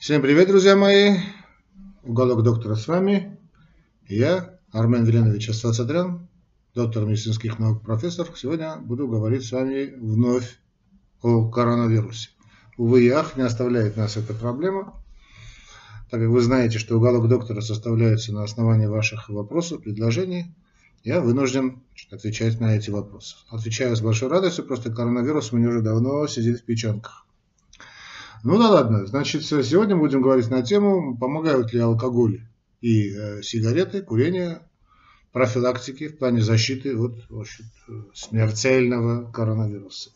Всем привет, друзья мои! Уголок доктора с вами. Я, Армен Веленович Асфацатрян, доктор медицинских наук, профессор. Сегодня буду говорить с вами вновь о коронавирусе. Увы и ах, не оставляет нас эта проблема, так как вы знаете, что уголок доктора составляется на основании ваших вопросов, предложений. Я вынужден отвечать на эти вопросы. Отвечаю с большой радостью, просто коронавирус у меня уже давно сидит в печенках. Ну да ладно, значит, сегодня будем говорить на тему, помогают ли алкоголь и сигареты, курение, профилактики в плане защиты от смертельного коронавируса.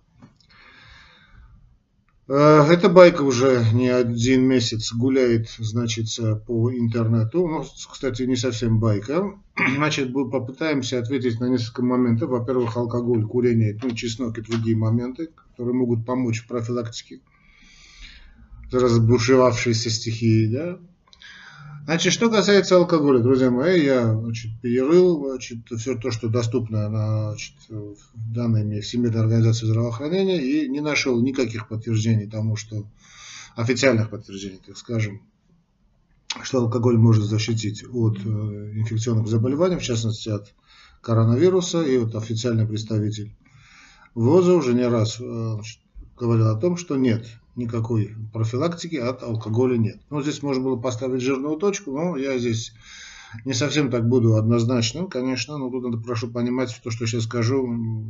Эта байка уже не один месяц гуляет, значит, по интернету. Ну, кстати, не совсем байка. Значит, попытаемся ответить на несколько моментов. Во-первых, алкоголь, курение, чеснок и другие моменты, которые могут помочь в профилактике разбушевавшейся стихии, да. Значит, что касается алкоголя, друзья мои, я перерыл все то, что доступно в данной мне Всемирной организации здравоохранения, и не нашел никаких подтверждений тому, что официальных подтверждений, так скажем, что алкоголь может защитить от инфекционных заболеваний, в частности от коронавируса, и вот официальный представитель ВОЗа уже не раз говорил о том, что нет, никакой профилактики от алкоголя нет. Ну, здесь можно было поставить жирную точку, но я здесь не совсем так буду однозначным, конечно, но тут надо, прошу понимать, то, что я сейчас скажу,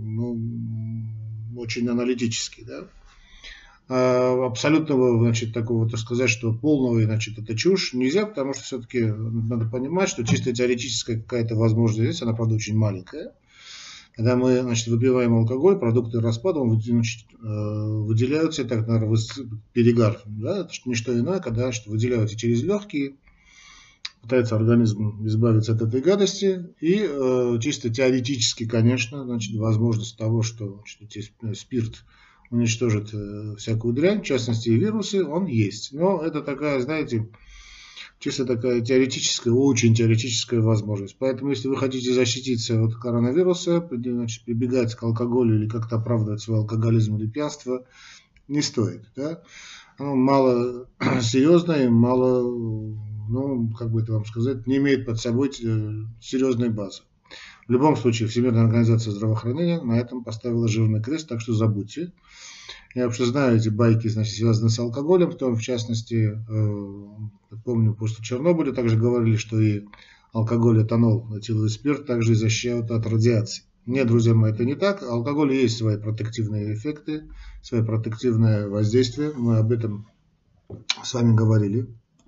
очень аналитически, да. Абсолютного, значит, такого, так сказать, что полного, значит, это чушь нельзя, потому что все-таки надо понимать, что чисто теоретическая какая-то возможность есть, она, правда, очень маленькая. Когда мы, значит, выпиваем алкоголь, продукты распада выделяются, так, наверное, перегар, да, это не что иное, когда, значит, выделяются через легкие, пытается организм избавиться от этой гадости, и чисто теоретически, конечно, значит, возможность того, что, значит, спирт уничтожит всякую дрянь, в частности и вирусы, он есть. Но это такая, знаете, чисто такая теоретическая, очень теоретическая возможность. Поэтому, если вы хотите защититься от коронавируса, значит, прибегать к алкоголю или как-то оправдывать свой алкоголизм или пьянство, не стоит. Да? Оно мало серьезное, мало, как бы это вам сказать, не имеет под собой серьезной базы. В любом случае, Всемирная организация здравоохранения на этом поставила жирный крест, так что забудьте. Я вообще знаю эти байки, значит, связанные с алкоголем, в частности, помню, после Чернобыля также говорили, что и алкоголь, этанол, этиловый спирт также защищают от радиации. Нет, друзья мои, это не так. Алкоголь есть свои протективные эффекты, свои протективное воздействие. Мы об этом с вами говорили.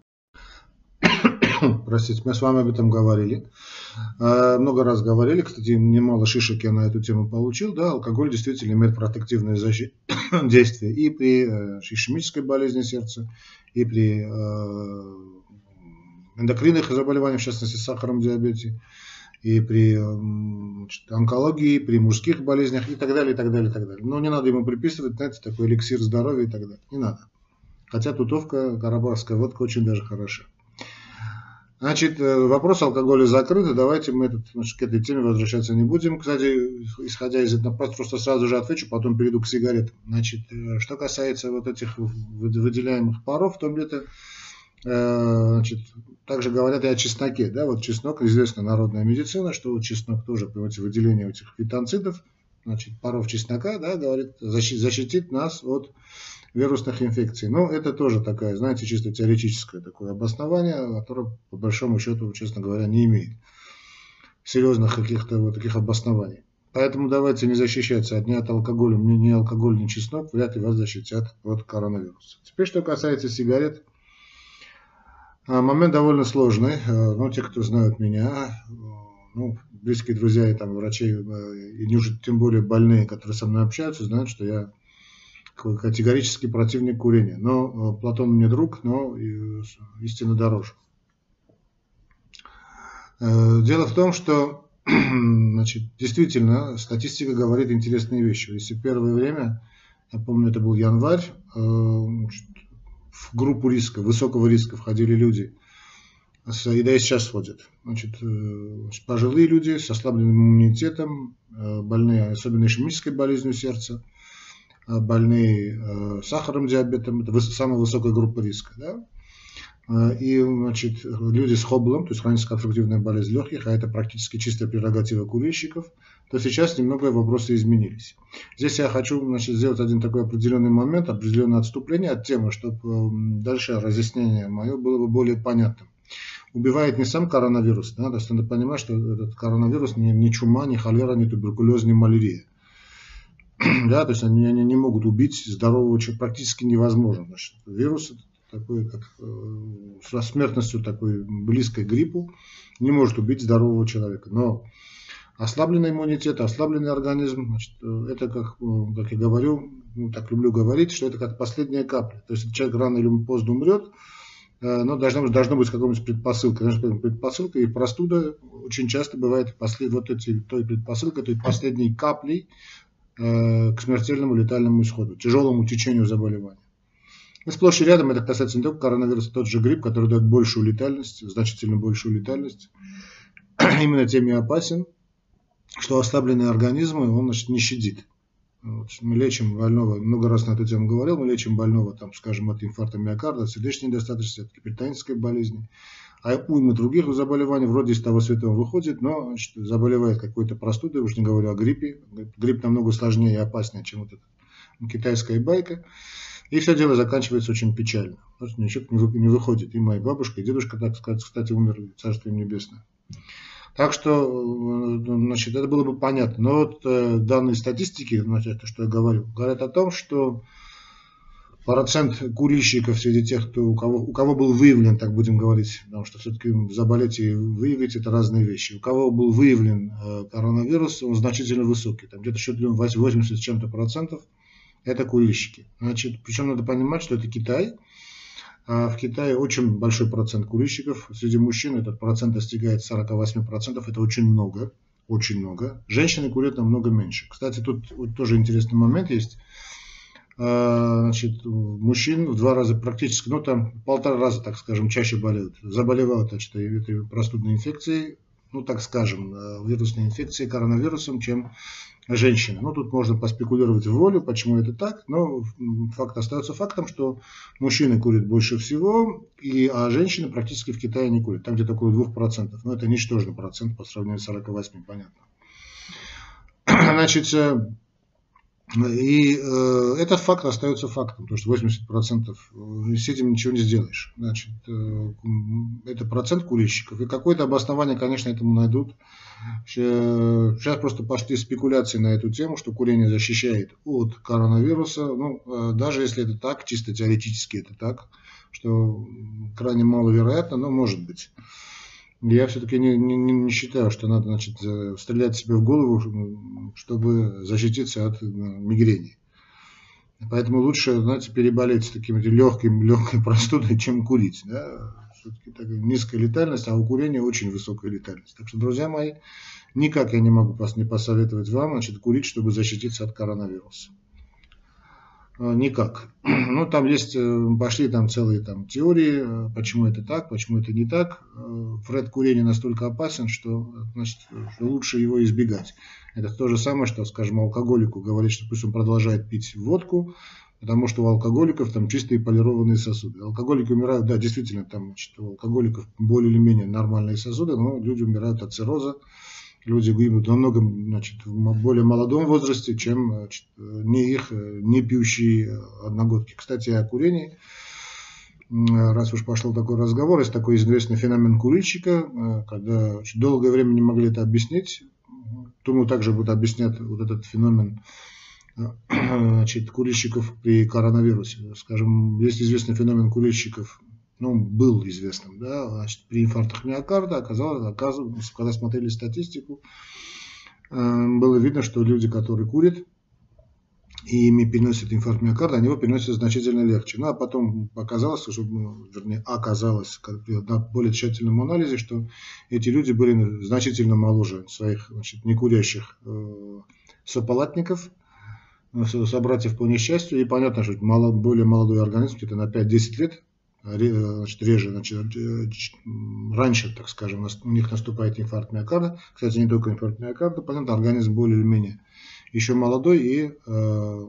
Простите, мы с вами об этом говорили. Много раз говорили, кстати, немало шишек я на эту тему получил. Да, алкоголь действительно имеет протективное действие и при ишемической болезни сердца, и при эндокринных заболеваниях, в частности, сахарном диабете, и при онкологии, при мужских болезнях и так далее, и так далее, и так далее. Но не надо ему приписывать, знаете, такой эликсир здоровья и так далее. Не надо. Хотя тутовка, карабахская водка очень даже хороша. Значит, вопрос алкоголя закрыт, и давайте мы к этой теме возвращаться не будем. Кстати, исходя из этого, просто сразу же отвечу, потом перейду к сигаретам. Значит, что касается вот этих выделяемых паров, то где-то, значит, также говорят и о чесноке. Да? Вот чеснок, известна народная медицина, что чеснок тоже при выделении этих фитонцидов, значит, паров чеснока, да, говорит, защитит нас от вирусных инфекций. Но это тоже такая, знаете, чисто теоретическое такое обоснование, которое, по большому счету, честно говоря, не имеет серьезных каких-то вот таких обоснований. Поэтому давайте не защищаться ни от алкоголя, ни алкоголь, ни чеснок, вряд ли вас защитят от коронавируса. Теперь, что касается сигарет. Момент довольно сложный. Ну, те, кто знают меня, близкие друзья и там врачи, и не уже тем более больные, которые со мной общаются, знают, что я категорический противник курения. Но Платон мне друг, но истинно дороже. Дело в том, что, значит, действительно статистика говорит интересные вещи. Если первое время, я помню, это был январь, в группу риска, высокого риска входили люди, и да и сейчас входят, значит, пожилые люди с ослабленным иммунитетом, больные особенно ишемической болезнью сердца, больные сахарным диабетом, это самая высокая группа риска, да? И, значит, люди с Хобблом, то есть хроническая обструктивная болезнь легких, а это практически чистая прерогатива курильщиков, то сейчас немного вопросы изменились. Здесь я хочу, значит, сделать один такой определенный момент, определенное отступление от темы, чтобы дальше разъяснение мое было бы более понятным. Убивает не сам коронавирус, да, то есть надо понимать, что этот коронавирус не чума, не холера, не туберкулез, не малярия. Да, то есть они не могут убить здорового человека, практически невозможно. Значит, вирус такой, как с смертностью такой близкой к гриппу, не может убить здорового человека. Но ослабленный иммунитет, ослабленный организм, значит, это, как я говорю, так люблю говорить, что это как последняя капля. То есть человек рано или поздно умрет, но должна быть какая-нибудь предпосылка. Предпосылка и простуда очень часто бывает той предпосылкой, той последней каплей к смертельному летальному исходу, тяжелому течению заболевания. И сплошь и рядом это касается не только коронавируса, тот же грипп, который дает большую летальность, значительно большую летальность. Именно тем и опасен, что ослабленный организм, он, значит, не щадит. Вот, мы лечим больного, много раз на эту тему говорил, мы лечим больного, там, скажем, от инфаркта миокарда, от сердечной недостаточности, от гипертонической болезни, а уйма других заболеваний вроде из того святого выходит, но, значит, заболевает какой-то простудой, уж не говорю о гриппе. Грипп намного сложнее и опаснее, чем вот эта китайская байка. И все дело заканчивается очень печально. Просто человек не выходит. И моя бабушка, и дедушка, так сказать, кстати, умерли, царство им небесное. Так что, значит, это было бы понятно. Но вот данные статистики, значит, то, что я говорю, говорят о том, что процент курильщиков среди тех, у кого был выявлен, так будем говорить, потому что все-таки заболеть и выявить это разные вещи. У кого был выявлен коронавирус, он значительно высокий. Там где-то 80 с чем-то процентов это курильщики. Значит, причем надо понимать, что это Китай. А в Китае очень большой процент курильщиков. Среди мужчин этот процент достигает 48%. Это очень много. Очень много. Женщины курят намного меньше. Кстати, тут вот тоже интересный момент есть. Значит, мужчин в 2 раза практически, ну там 1,5 раза, так скажем, чаще заболевают, значит, этой простудной инфекцией, ну так скажем, вирусной инфекцией, коронавирусом, чем женщины. Ну тут можно поспекулировать в волю, почему это так, но факт остается фактом, что мужчины курят больше всего, а женщины практически в Китае не курят, там где-то около 2%, но это ничтожный процент по сравнению с 48%, понятно. Значит, и этот факт остается фактом, потому что 80% с этим ничего не сделаешь. Значит, это процент курильщиков. И какое-то обоснование, конечно, этому найдут. Сейчас просто пошли спекуляции на эту тему, что курение защищает от коронавируса. Ну, даже если это так, чисто теоретически это так, что крайне маловероятно, но может быть. Я все-таки не считаю, что надо, значит, стрелять себе в голову, чтобы защититься от мигрени. Поэтому лучше, знаете, переболеть таким легкой простудой, чем курить. Да? Все-таки такая низкая летальность, а у курения очень высокая летальность. Так что, друзья мои, никак я не могу не посоветовать вам, значит, курить, чтобы защититься от коронавируса. Никак. Ну, там есть, пошли там целые теории, почему это так, почему это не так. Вред курения настолько опасен, что, значит, лучше его избегать. Это то же самое, что, скажем, алкоголику говорить, что пусть он продолжает пить водку, потому что у алкоголиков там чистые полированные сосуды. Алкоголики умирают, да, действительно, там, значит, у алкоголиков более или менее нормальные сосуды, но люди умирают от цирроза. Люди гибнут намного, значит, в более молодом возрасте, чем, значит, не пьющие одногодки. Кстати, о курении. Раз уж пошел такой разговор, есть такой известный феномен курильщика, когда очень долгое время не могли это объяснить. Думаю, также будут объяснять вот этот феномен, значит, курильщиков при коронавирусе. Скажем, есть известный феномен курильщиков, ну, был известным, да, значит, при инфарктах миокарда оказывается, когда смотрели статистику, было видно, что люди, которые курят и ими переносят инфаркт миокарда, они его переносят значительно легче. Ну, а потом оказалось на более тщательном анализе, что эти люди были значительно моложе своих, значит, некурящих сопалатников, собратьев по несчастью, и понятно, что более молодой организм, где-то на 5-10 лет, значит, реже, значит, раньше, так скажем, у них наступает инфаркт миокарда. Кстати, не только инфаркт миокарда, понятно, организм более или менее еще молодой, и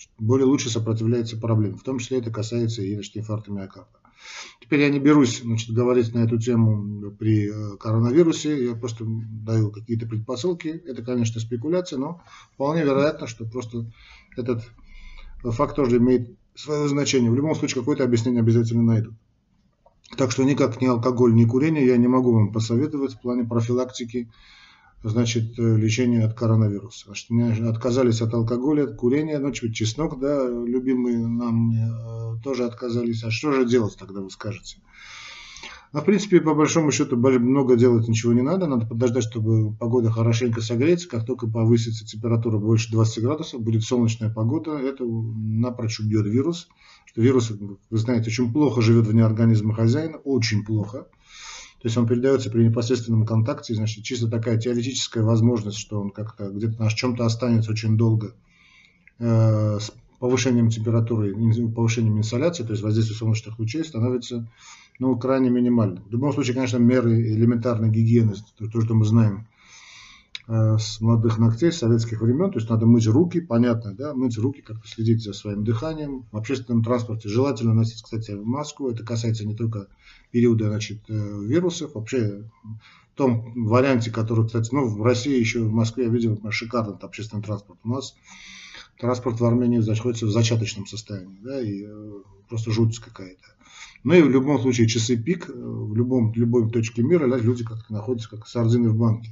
более лучше сопротивляется проблеме. В том числе это касается и инфаркта миокарда. Теперь я не берусь говорить на эту тему при коронавирусе, я просто даю какие-то предпосылки. Это, конечно, спекуляция, но вполне вероятно, что просто этот факт тоже имеет свое значение. В любом случае, какое-то объяснение обязательно найдут. Так что никак ни алкоголь, ни курение я не могу вам посоветовать в плане профилактики, лечения от коронавируса. Значит, отказались от алкоголя, от курения, чеснок, да, любимый нам, тоже отказались. А что же делать тогда, вы скажете? В принципе, по большому счету, много делать ничего не надо. Надо подождать, чтобы погода хорошенько согреется. Как только повысится температура больше 20 градусов, будет солнечная погода, это напрочь убьет вирус. Вирус, вы знаете, очень плохо живет вне организма хозяина, очень плохо. То есть он передается при непосредственном контакте, значит, чисто такая теоретическая возможность, что он как-то где-то на чем-то останется очень долго с повышением температуры, повышением инсоляции, то есть воздействие солнечных лучей становится крайне минимальным. В любом случае, конечно, меры элементарной гигиены, то, что мы знаем с молодых ногтей, с советских времен, то есть надо мыть руки, понятно, да, мыть руки, как-то следить за своим дыханием. В общественном транспорте желательно носить, кстати, маску, это касается не только периода, вирусов, вообще в том варианте, который, кстати, в России еще, в Москве я видел шикарный общественный транспорт. У нас транспорт в Армении находится в зачаточном состоянии, да, и просто жуть какая-то. Ну и в любом случае часы пик, в любой точке мира люди как-то находятся как сардины в банке.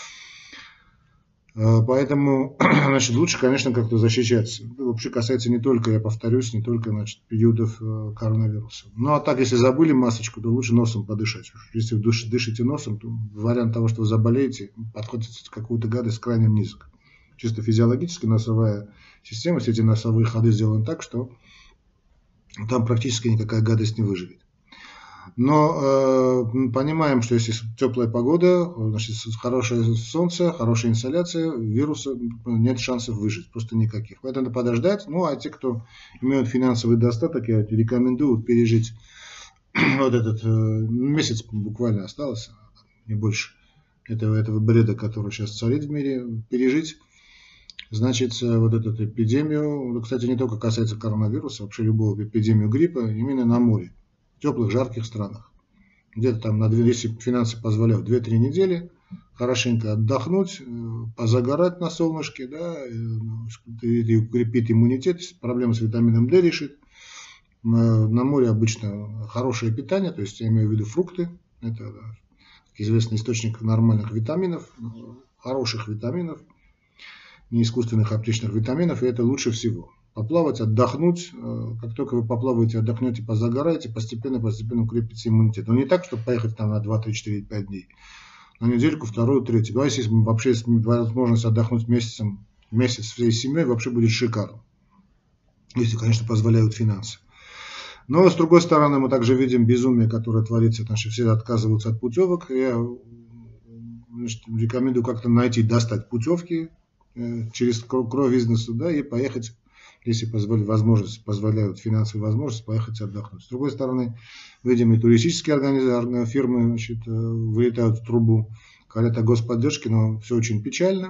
Поэтому, лучше, конечно, как-то защищаться. Это вообще касается не только, я повторюсь, не только, периодов коронавируса. Ну, а так, если забыли масочку, то лучше носом подышать. Если вы дышите носом, то вариант того, что вы заболеете, подходит какую-то гадость крайне низок. Чисто физиологически носовая система, все эти носовые ходы сделаны так, что там практически никакая гадость не выживет. Но понимаем, что если теплая погода, хорошее солнце, хорошая инсоляция, вируса нет шансов выжить, просто никаких. Поэтому надо подождать. Ну, а те, кто имеют финансовый достаток, я рекомендую пережить этот месяц, буквально осталось, не больше, этого бреда, который сейчас царит в мире, пережить. Значит, эту эпидемию, кстати, не только касается коронавируса, вообще любую эпидемию гриппа, именно на море. В теплых, жарких странах. Где-то там, если финансы позволяют, 2-3 недели хорошенько отдохнуть, позагорать на солнышке, да, и укрепить иммунитет, проблемы с витамином D решит. На море обычно хорошее питание, то есть я имею в виду фрукты, это известный источник нормальных витаминов, хороших витаминов, не искусственных аптечных витаминов, и это лучше всего. Поплавать, отдохнуть. Как только вы поплаваете, отдохнете, позагораете, постепенно укрепится иммунитет. Но не так, чтобы поехать там на 2, 3, 4, 5 дней. На недельку, вторую, третью. Ну, а если вообще есть возможность отдохнуть месяц всей семьей, вообще будет шикарно. Если, конечно, позволяют финансы. Но, с другой стороны, мы также видим безумие, которое творится. Все отказываются от путевок. Я рекомендую как-то достать путевки через кровбизнес, да, и поехать, если позволяют финансовые возможности, поехать отдохнуть. С другой стороны, видим, и туристические фирмы вылетают в трубу, говорят о господдержке, но все очень печально.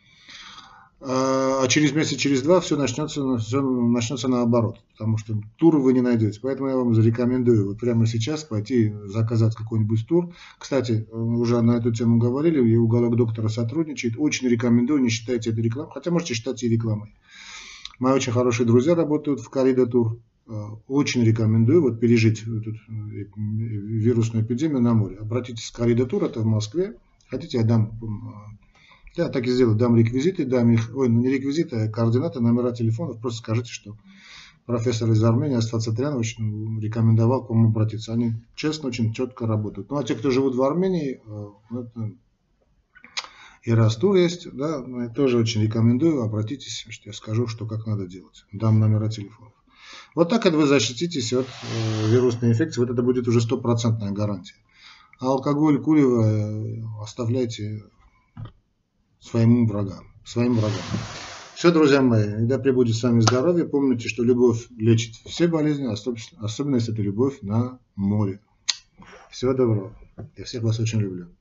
А через месяц, через два все начнется наоборот, потому что тур вы не найдете. Поэтому я вам рекомендую прямо сейчас пойти заказать какой-нибудь тур. Кстати, уже на эту тему говорили, и уголок доктора сотрудничает. Очень рекомендую, не считайте это рекламой, хотя можете считать и рекламой. Мои очень хорошие друзья работают в Коридо Тур. Очень рекомендую пережить эту вирусную эпидемию на море. Обратитесь в Коридо Тур, это в Москве. Хотите, я дам... Я так и сделаю, дам реквизиты, не реквизиты, а координаты, номера телефонов. Просто скажите, что профессор из Армении, Асфат Сатрянович, рекомендовал к вам обратиться. Они честно, очень четко работают. Ну, а те, кто живут в Армении, и Растур есть, да, я тоже очень рекомендую, обратитесь, я скажу, что как надо делать. Дам номера телефонов. Вот так вы защититесь от вирусной инфекции. Это будет уже 100% гарантия. А алкоголь, курево оставляйте своим врагам. Все, друзья мои, да пребудет с вами здоровье. Помните, что любовь лечит все болезни, особенно если это любовь на море. Всего доброго. Я всех вас очень люблю.